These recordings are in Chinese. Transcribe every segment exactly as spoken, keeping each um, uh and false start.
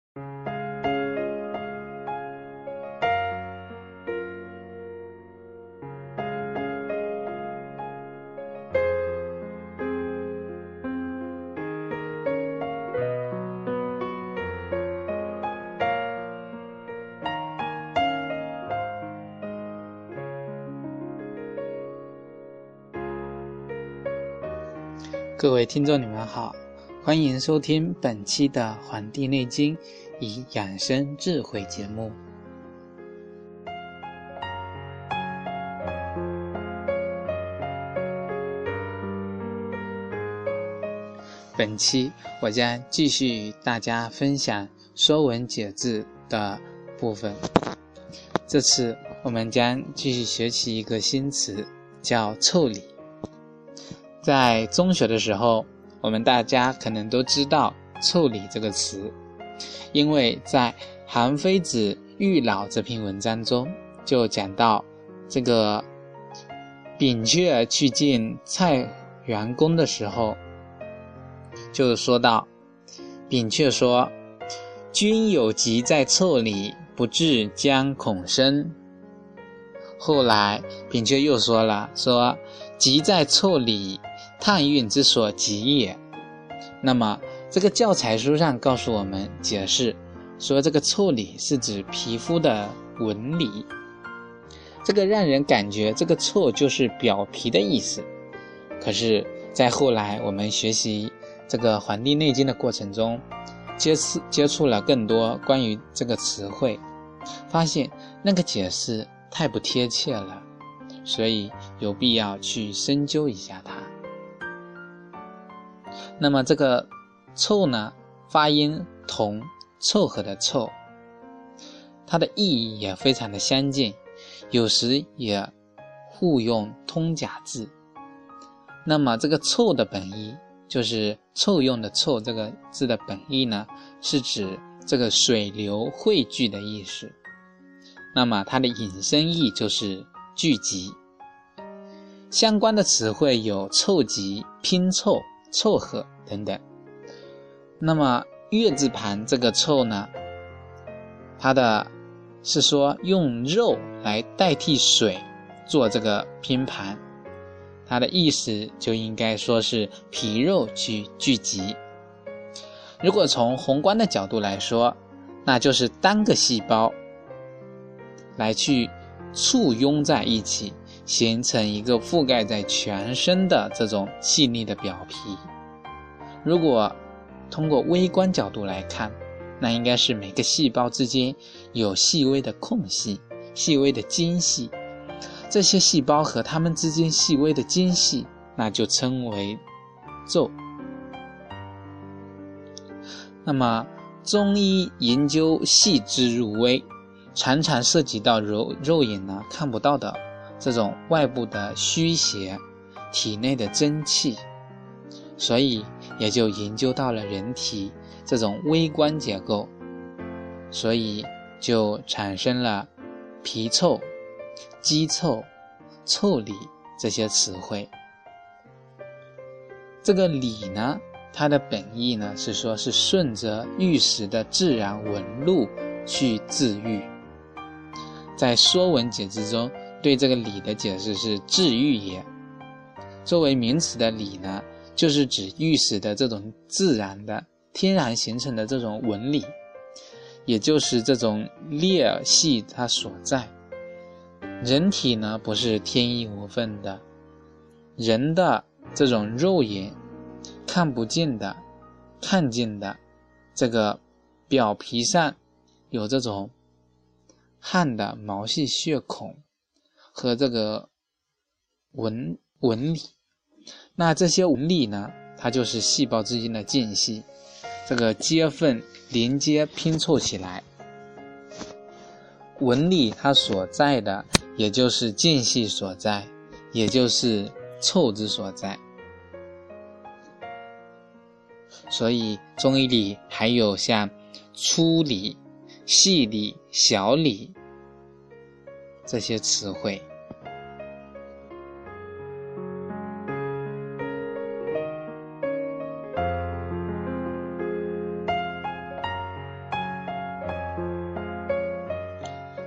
各位听众你们好，欢迎收听本期的《黄帝内经与养生智慧》节目。本期我将继续与大家分享《说文解字》的部分。这次我们将继续学习一个新词，叫腠理。在中学的时候，我们大家可能都知道腠理这个词，因为在韩非子喻老这篇文章中就讲到，这个扁鹊去见蔡元公的时候，就说到，扁鹊说：“君有疾在腠理，不治将恐深。”后来扁鹊又说了，说疾在腠理，探运之所及也。那么这个教材书上告诉我们解释说，这个腠理是指皮肤的纹理，这个让人感觉这个腠就是表皮的意思。可是在后来我们学习这个《黄帝内经》的过程中，接触接触了更多关于这个词汇，发现那个解释太不贴切了，所以有必要去深究一下它。那么这个腠呢，发音同，凑合的凑，它的意义也非常的相近，有时也互用通假字。那么这个腠的本意，就是凑用的凑这个字的本意呢，是指这个水流汇聚的意思。那么它的引申义就是聚集。相关的词汇有凑集、拼凑、凑合等等。那么月字旁这个腠呢，它的是说用肉来代替水做这个拼盘，它的意思就应该说是皮肉去聚集。如果从宏观的角度来说，那就是单个细胞来去簇拥在一起，形成一个覆盖在全身的这种细腻的表皮。如果通过微观角度来看，那应该是每个细胞之间有细微的空隙，细微的间隙，这些细胞和它们之间细微的间隙，那就称为腠。那么中医研究细致入微，常常涉及到肉肉眼呢看不到的这种外部的虚邪，体内的真气，所以也就研究到了人体这种微观结构，所以就产生了皮腠、肌腠、腠理这些词汇。这个理呢，它的本意呢是说是顺着玉石的自然纹路去自愈。在《说文解字》中对这个理的解释是治愈也。作为名词的理呢，就是指玉石的这种自然的天然形成的这种纹理，也就是这种裂隙它所在。人体呢不是天衣无缝的，人的这种肉眼看不见的、看见的这个表皮上有这种汗的毛细血孔和这个纹纹理，那这些纹理呢，它就是细胞之间的间隙，这个接缝连接拼凑起来，纹理它所在的也就是间隙所在，也就是腠之所在。所以中医里还有像粗理、细理、小理这些词汇。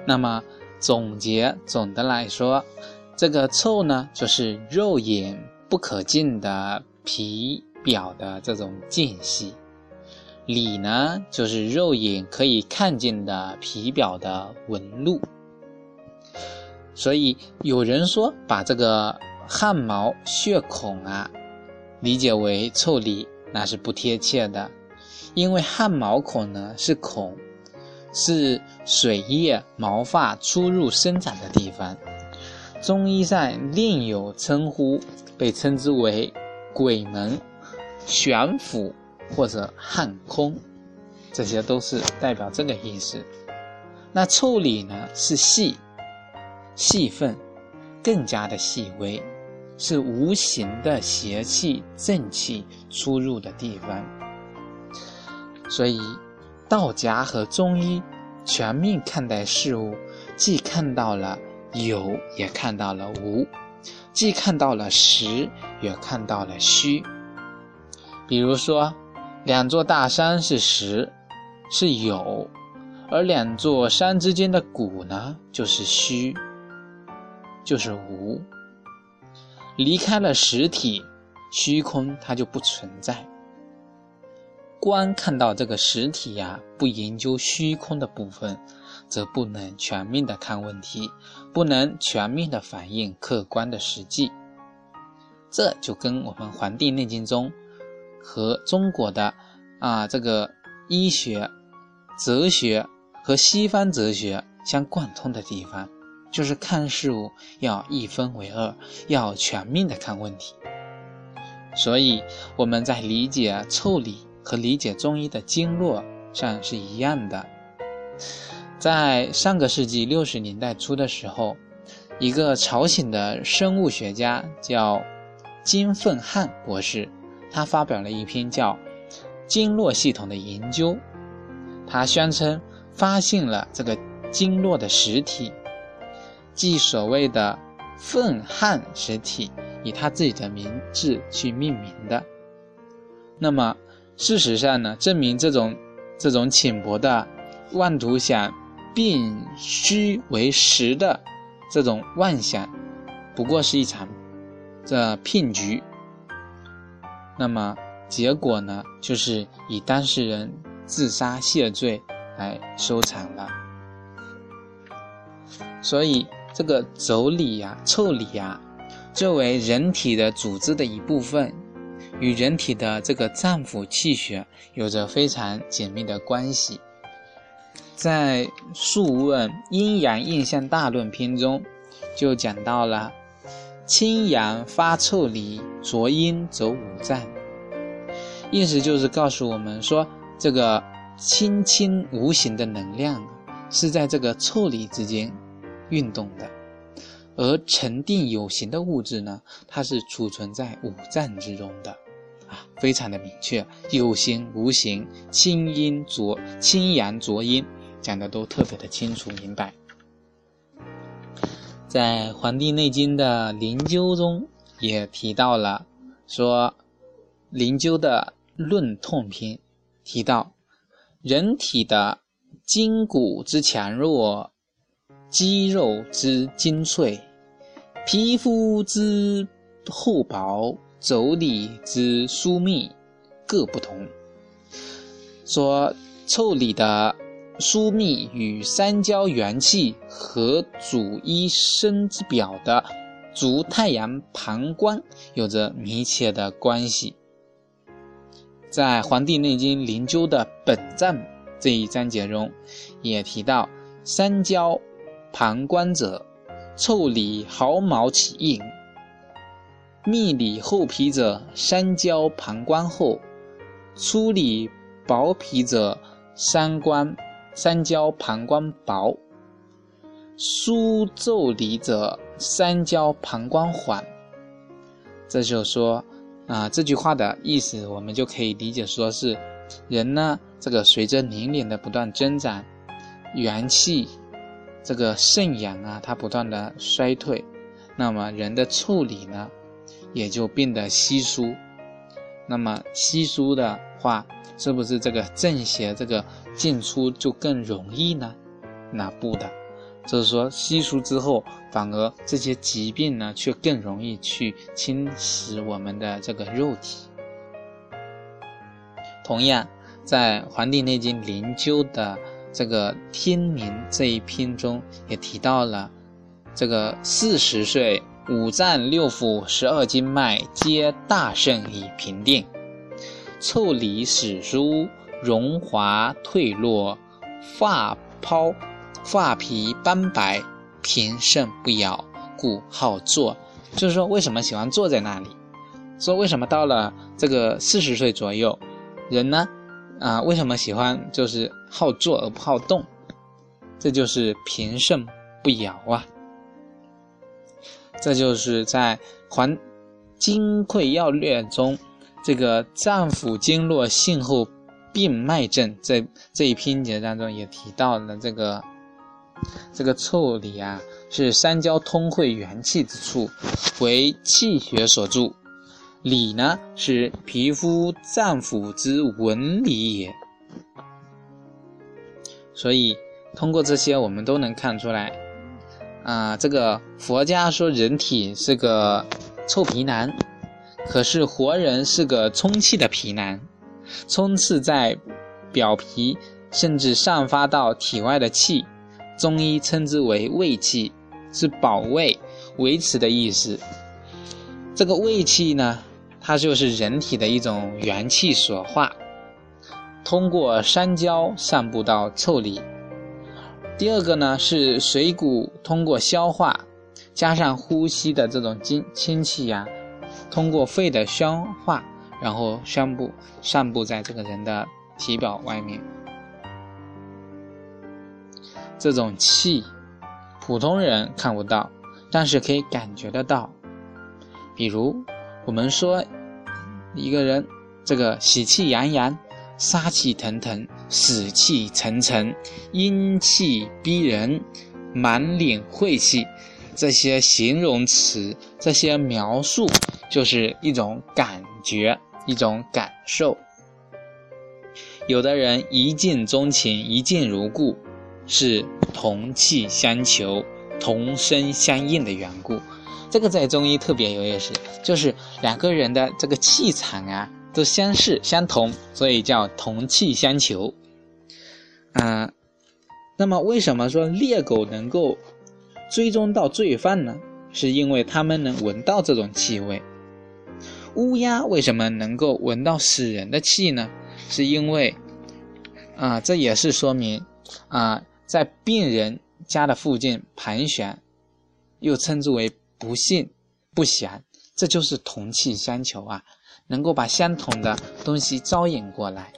那么总结总的来说，这个臭呢，就是肉眼不可见的皮表的这种间隙，里呢，就是肉眼可以看见的皮表的纹路。所以有人说把这个汗毛血孔啊理解为腠理，那是不贴切的，因为汗毛孔呢是孔，是水液毛发出入生长的地方。中医上另有称呼，被称之为鬼门、玄府或者汗空，这些都是代表这个意思。那腠理呢是细细分，更加的细微，是无形的邪气正气出入的地方。所以道家和中医全面看待事物，既看到了有，也看到了无，既看到了实，也看到了虚。比如说两座大山是实，是有，而两座山之间的谷呢就是虚，就是无。离开了实体，虚空它就不存在。光看到这个实体呀、啊，不研究虚空的部分，则不能全面的看问题，不能全面的反映客观的实际。这就跟我们《黄帝内经》中和中国的啊这个医学、哲学和西方哲学相贯通的地方，就是看事物要一分为二，要全面的看问题。所以我们在理解腠理和理解中医的经络上是一样的。在上个世纪六十年代初的时候，一个朝鲜的生物学家叫金奋汉博士，他发表了一篇叫《经络系统的研究》，他宣称发现了这个经络的实体，即所谓的奋汉实体，以他自己的名字去命名的。那么事实上呢，证明这种这种浅薄的妄图想变虚为实的这种妄想，不过是一场这骗局。那么结果呢，就是以当事人自杀谢罪来收场了。所以这个腠理呀、腠理呀，作为人体的组织的一部分，与人体的这个脏腑气血有着非常紧密的关系。在《素问·阴阳应象大论篇》中就讲到了清阳发腠理，浊阴走五脏，意思就是告诉我们说，这个清清无形的能量是在这个腠理之间运动的，而沉淀有形的物质呢，它是储存在五脏之中的啊，非常的明确，有形无形，清阴浊清阳浊阴，讲的都特别的清楚明白。在《黄帝内经》的灵灸中也提到了，说灵灸的论痛篇提到，人体的筋骨之强弱，肌肉之精粹，皮肤之厚薄，腠理之疏密，各不同。说腠理的疏密与三焦元气和主一身之表的足太阳膀胱有着密切的关系。在《黄帝内经·灵灸》的本脏这一章节中也提到，三焦膀胱者，腠理毫毛起应，密里厚皮者，三焦膀胱厚，粗里薄皮者，三关三焦膀胱薄，疏腠理者，三焦膀胱缓。这就是说啊、呃，这句话的意思我们就可以理解说是人呢，这个随着年龄的不断增长，元气这个肾阳啊，它不断的衰退，那么人的腠理呢也就变得稀疏。那么稀疏的话，是不是这个正邪这个进出就更容易呢？那不的， 就是说吸收之后，反而这些疾病呢却更容易去侵蚀我们的这个肉体。同样在《黄帝内经·灵灸》的这个天灵这一篇中也提到了，这个四十岁五脏六腑十二经脉皆大盛以平定，腠理始疏，荣华退落，发抛发皮斑白，平盛不摇，故好坐。就是说为什么喜欢坐在那里，说为什么到了这个四十岁左右人呢啊、呃，为什么喜欢就是好坐而不好动，这就是平盛不摇啊。这就是在《黄金匮要略》中这个脏腑经络性后病脉症这这一篇节当中也提到了这个这个腠理啊，是三焦通会元气之处，为气血所助。理呢，是皮肤脏腑之纹理也。所以通过这些我们都能看出来啊、呃，这个佛家说人体是个臭皮囊，可是活人是个充气的皮囊，充斥在表皮甚至散发到体外的气，中医称之为卫气，是保卫维持的意思。这个卫气呢，它就是人体的一种元气所化，通过三焦散布到腠理。第二个呢，是水谷通过消化加上呼吸的这种氢气呀、啊，通过肺的消化，然后散布散布在这个人的体表外面。这种气普通人看不到，但是可以感觉得到。比如我们说一个人这个喜气洋洋，杀气腾腾，死气沉沉，阴气逼人，满脸晦气，这些形容词，这些描述就是一种感觉，一种感受。有的人一见钟情，一见如故，是同气相求，同声相应的缘故。这个在中医特别有意思，就是两个人的这个气场啊都相似相同，所以叫同气相求。啊、呃，那么为什么说猎狗能够追踪到罪犯呢？是因为他们能闻到这种气味。乌鸦为什么能够闻到死人的气呢？是因为啊、呃，这也是说明啊、呃，在病人家的附近盘旋，又称之为不幸不祥，这就是同气相求啊，能够把相同的东西招引过来。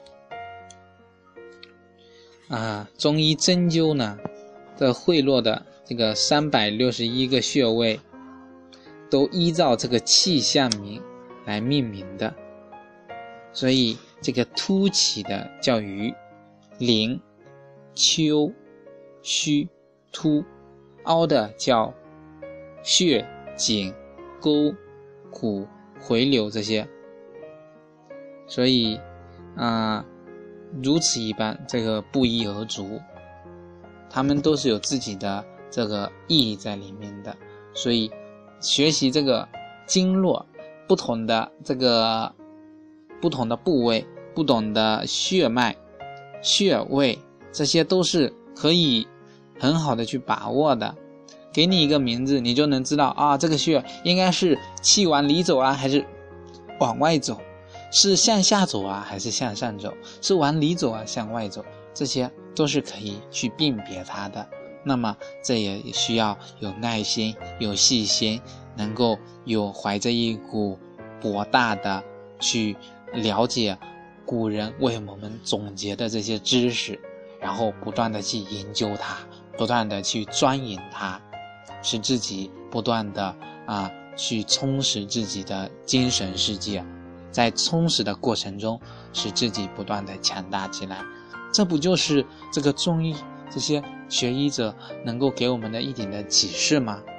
啊，中医针灸呢，这会络的这个三百六十一个穴位，都依照这个气象名来命名的。所以这个凸起的叫鱼，灵、丘、虚、凸，凹的叫血、颈、沟、骨、回流这些。所以啊、呃，如此一般，这个不一而足，他们都是有自己的这个意义在里面的。所以学习这个经络，不同的这个不同的部位，不同的血脉、穴位，这些都是可以很好的去把握的。给你一个名字，你就能知道啊，这个穴应该是气往里走啊，还是往外走，是向下走啊，还是向上走，是往里走啊，向外走，这些都是可以去辨别它的。那么这也需要有耐心，有细心，能够有怀着一股博大的去了解古人为我们总结的这些知识，然后不断的去研究它，不断的去钻研它，使自己不断的啊去充实自己的精神世界，在充实的过程中使自己不断的强大起来。这不就是这个中医这些学医者能够给我们的一点的启示吗？